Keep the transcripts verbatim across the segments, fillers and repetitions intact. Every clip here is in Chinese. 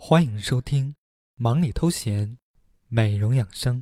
欢迎收听忙里偷闲，美容养生。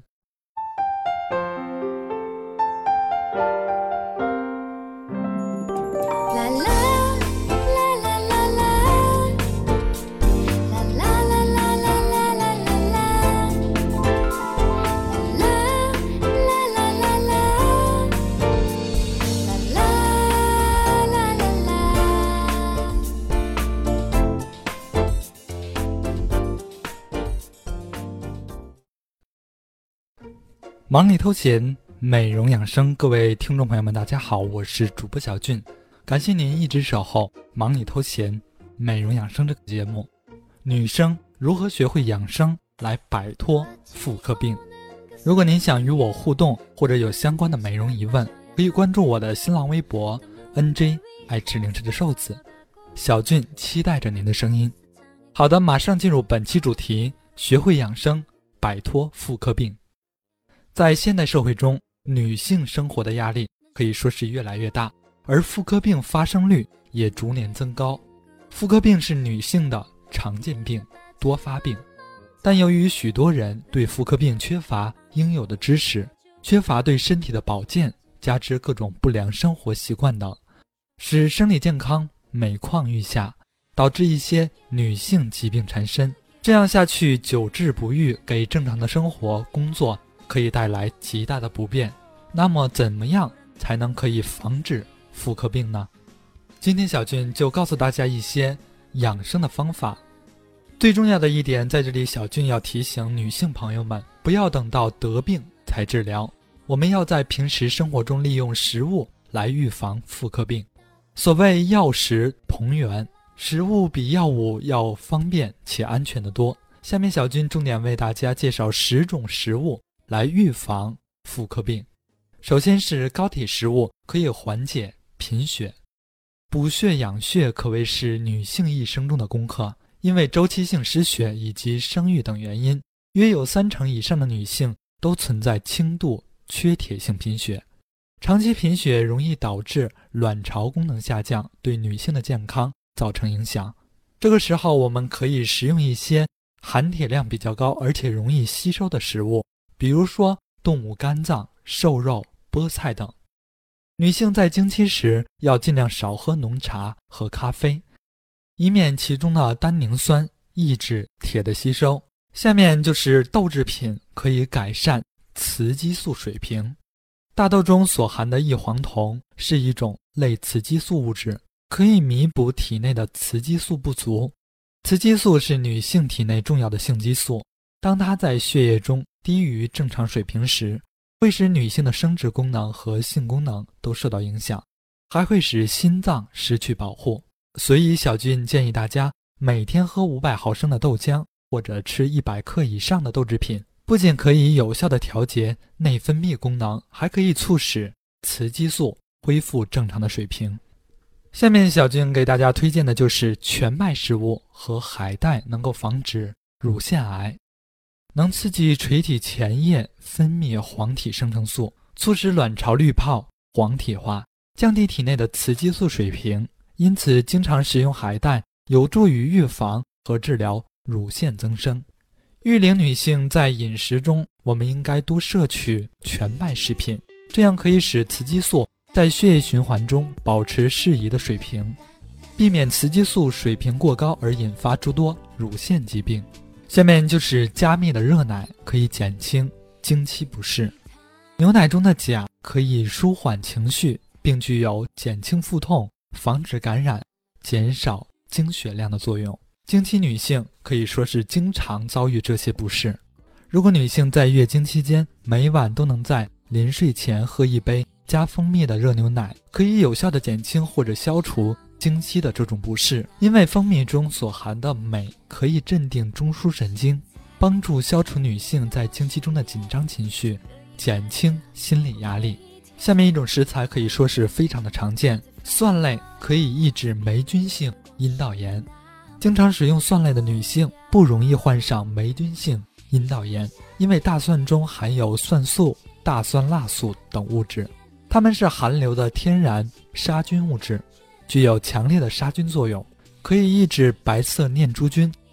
忙里偷闲，美容养生，各位听众朋友们大家好，我是主播小俊，感谢您一直守候忙里偷闲美容养生这个节目。女生如何学会养生来摆脱妇科病？如果您想与我互动或者有相关的美容疑问，可以关注我的新浪微博 N J 爱吃零食的瘦子，小俊期待着您的声音。好的，马上进入本期主题，学会养生，摆脱妇科病。在现代社会中，女性生活的压力可以说是越来越大，而妇科病发生率也逐年增高。妇科病是女性的常见病、多发病，但由于许多人对妇科病缺乏应有的知识，缺乏对身体的保健，加之各种不良生活习惯等，使生理健康每况愈下，导致一些女性疾病缠身。这样下去，久治不愈，给正常的生活、工作可以带来极大的不便。那么怎么样才能可以防止妇科病呢？今天小俊就告诉大家一些养生的方法。最重要的一点，在这里小俊要提醒女性朋友们，不要等到得病才治疗，我们要在平时生活中利用食物来预防妇科病。所谓药食同源，食物比药物要方便且安全得多。下面小俊重点为大家介绍十种食物来预防妇科病。首先是高铁食物，可以缓解贫血。补血养血可谓是女性一生中的功课，因为周期性失血以及生育等原因，约有三成以上的女性都存在轻度缺铁性贫血。长期贫血容易导致卵巢功能下降，对女性的健康造成影响。这个时候我们可以食用一些含铁量比较高而且容易吸收的食物，比如说动物肝脏、瘦肉、菠菜等。女性在经期时要尽量少喝浓茶和咖啡，以免其中的单宁酸抑制铁的吸收。下面就是豆制品，可以改善雌激素水平。大豆中所含的异黄酮是一种类雌激素物质，可以弥补体内的雌激素不足。雌激素是女性体内重要的性激素，当它在血液中低于正常水平时，会使女性的生殖功能和性功能都受到影响，还会使心脏失去保护。所以小俊建议大家每天喝五百毫升的豆浆，或者吃一百克以上的豆制品，不仅可以有效地调节内分泌功能，还可以促使雌激素恢复正常的水平。下面小俊给大家推荐的就是全麦食物和海带，能够防止乳腺癌，能刺激垂体前叶分泌黄体生成素，促使卵巢滤泡黄体化，降低体内的雌激素水平。因此经常食用海带有助于预防和治疗乳腺增生。育龄女性在饮食中，我们应该多摄取全麦食品，这样可以使雌激素在血液循环中保持适宜的水平，避免雌激素水平过高而引发诸多乳腺疾病。下面就是加密的热奶，可以减轻经期不适。牛奶中的钾可以舒缓情绪，并具有减轻腹痛、防止感染、减少经血量的作用。经期女性可以说是经常遭遇这些不适。如果女性在月经期间每晚都能在临睡前喝一杯加蜂蜜的热牛奶，可以有效地减轻或者消除经期的这种不适。因为蜂蜜中所含的镁可以镇定中枢神经，帮助消除女性在经期中的紧张情绪，减轻心理压力。下面一种食材可以说是非常的常见，蒜类可以抑制霉菌性阴道炎。经常使用蒜类的女性不容易患上霉菌性阴道炎，因为大蒜中含有蒜素、大蒜蜡素等物质，它们是含硫的天然杀菌物质，具有强烈的杀菌作用，可以抑制白色念珠菌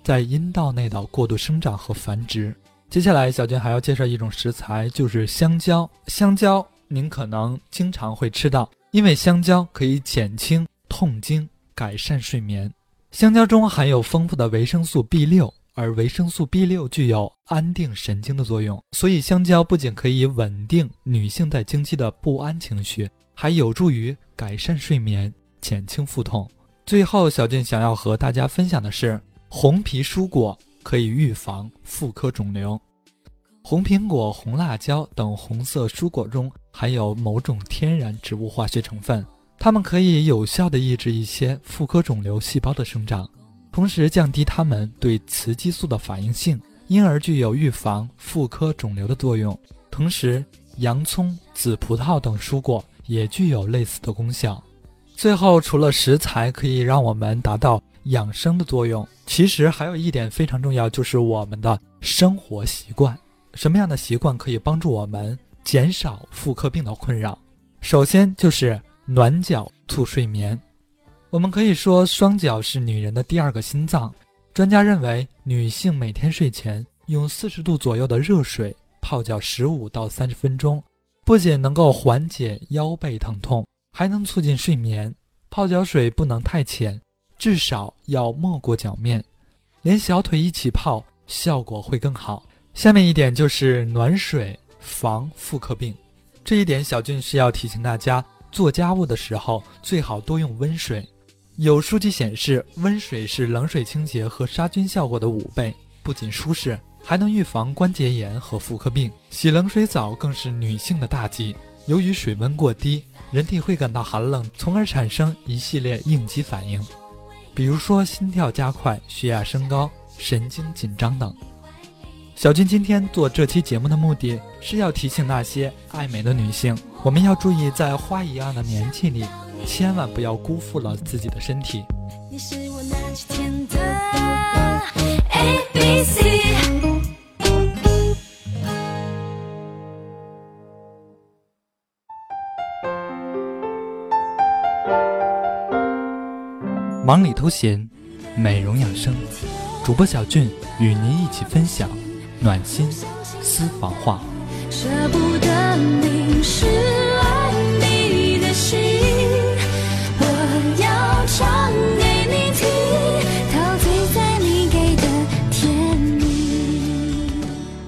在阴道内的过度生长和繁殖。接下来小俊还要介绍一种食材，就是香蕉。香蕉您可能经常会吃到，因为香蕉可以减轻痛经，改善睡眠。香蕉中含有丰富的维生素 B 六， 而维生素 B 六 具有安定神经的作用，所以香蕉不仅可以稳定女性在经期的不安情绪，还有助于改善睡眠，减轻腹痛。最后小俊想要和大家分享的是，红皮蔬果可以预防妇科肿瘤。红苹果、红辣椒等红色蔬果中含有某种天然植物化学成分，它们可以有效地抑制一些妇科肿瘤细胞的生长，同时降低它们对雌激素的反应性，因而具有预防妇科肿瘤的作用。同时，洋葱、紫葡萄等蔬果也具有类似的功效。最后，除了食材可以让我们达到养生的作用，其实还有一点非常重要，就是我们的生活习惯。什么样的习惯可以帮助我们减少妇科病的困扰？首先就是暖脚促睡眠。我们可以说双脚是女人的第二个心脏。专家认为，女性每天睡前用四十度左右的热水泡脚十五到三十分钟，不仅能够缓解腰背疼痛，还能促进睡眠。泡脚水不能太浅，至少要没过脚面，连小腿一起泡，效果会更好。下面一点就是暖水防妇科病。这一点小俊是要提醒大家，做家务的时候最好多用温水。有数据显示，温水是冷水清洁和杀菌效果的五倍，不仅舒适，还能预防关节炎和妇科病。洗冷水澡更是女性的大忌，由于水温过低，人体会感到寒冷，从而产生一系列应激反应，比如说心跳加快、血压升高、神经紧张等。小俊今天做这期节目的目的是要提醒那些爱美的女性，我们要注意在花一样的年纪里，千万不要辜负了自己的身体。你是我那几天的 A B C。 忙里偷闲，美容养生，主播小俊与您一起分享暖心私房话。舍不得淋湿了你的心，我要唱给你听，陶醉在你给的甜蜜。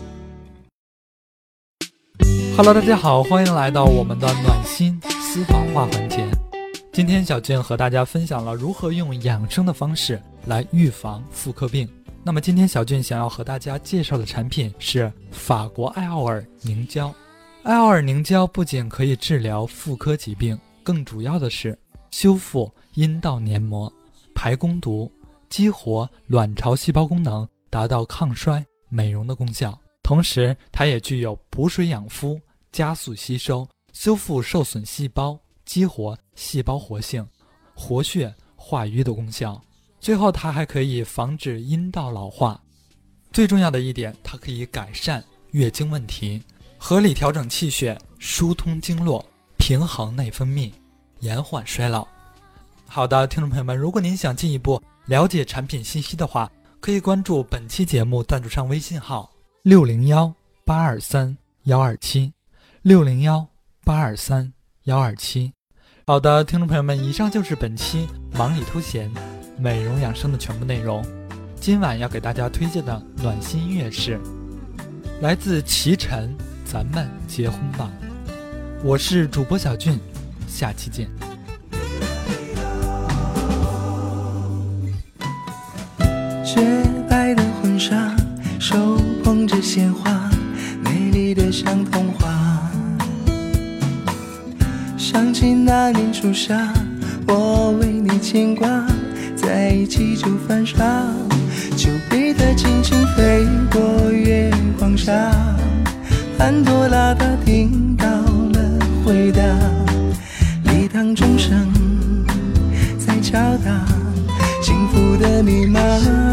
Hello， 大家好，欢迎来到我们的暖心私房话环节。今天小俊和大家分享了如何用养生的方式来预防妇科病。那么今天小俊想要和大家介绍的产品是法国艾奥尔凝胶。艾奥尔凝胶不仅可以治疗妇科疾病，更主要的是修复阴道黏膜、排宫毒、激活卵巢细胞功能，达到抗衰美容的功效。同时它也具有补水养肤、加速吸收、修复受损细胞、激活细胞活性、活血化瘀的功效。最后它还可以防止阴道老化。最重要的一点，它可以改善月经问题，合理调整气血，疏通经络，平衡内分泌，延缓衰老。好的，听众朋友们，如果您想进一步了解产品信息的话，可以关注本期节目赞助商微信号六零一八二三一二七 六零一八二三一二七。好的，听众朋友们，以上就是本期忙里偷闲美容养生的全部内容。今晚要给大家推荐的暖心音乐是来自齐晨，咱们结婚吧。我是主播小俊，下期见。 洁白的婚纱，手捧着鲜花，美丽的像童话。想起那年初夏，我为你牵挂，在一起就犯傻，丘比特轻轻飞过月光下，潘多拉她听到了回答，礼堂钟声在敲打幸福的密码。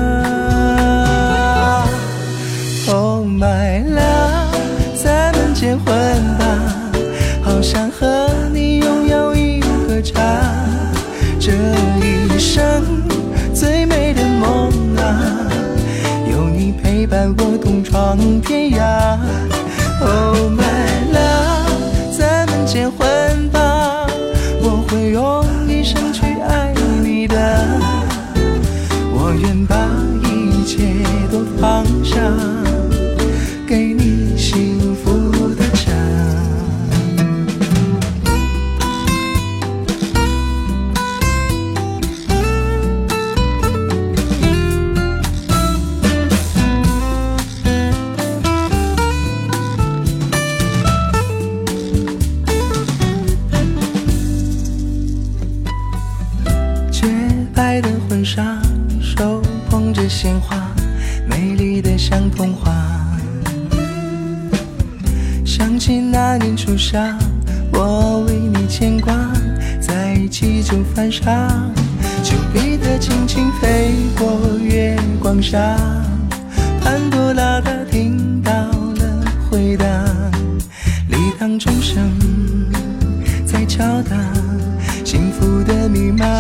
Oh my love， 咱们结婚吧，好想和你拥有一个家，这一生最美的梦啊， 你陪伴我同闯天涯。 Oh my love， 咱们结婚吧，我会用一生去爱你的，我愿把一切都放下，给你幸福的家。洁白的婚纱，手捧着鲜花，美丽的像童话。想起那年初夏，我为你牵挂，在一起就犯傻，丘比特轻轻飞过月光下，潘多拉她听到了回答，礼堂钟声在敲打幸福的密码。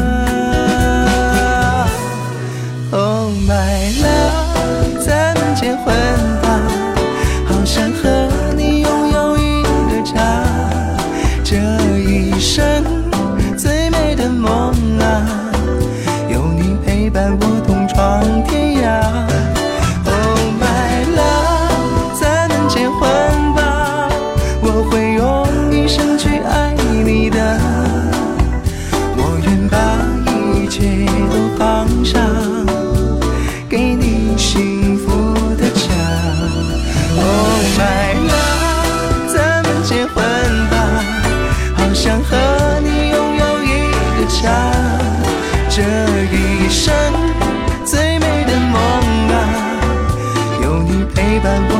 Oh my love， 咱们结婚吧，好想和你拥有一个家，这一生最美的梦啊，有你陪伴我同闯天涯。Oh my love， 咱们结婚吧，我会用一生去爱你的，我愿把一切都放下，给你幸福的家。Oh my love， 咱们结婚吧，好想和你拥有一个家，这一生最美的梦啊，有你陪伴我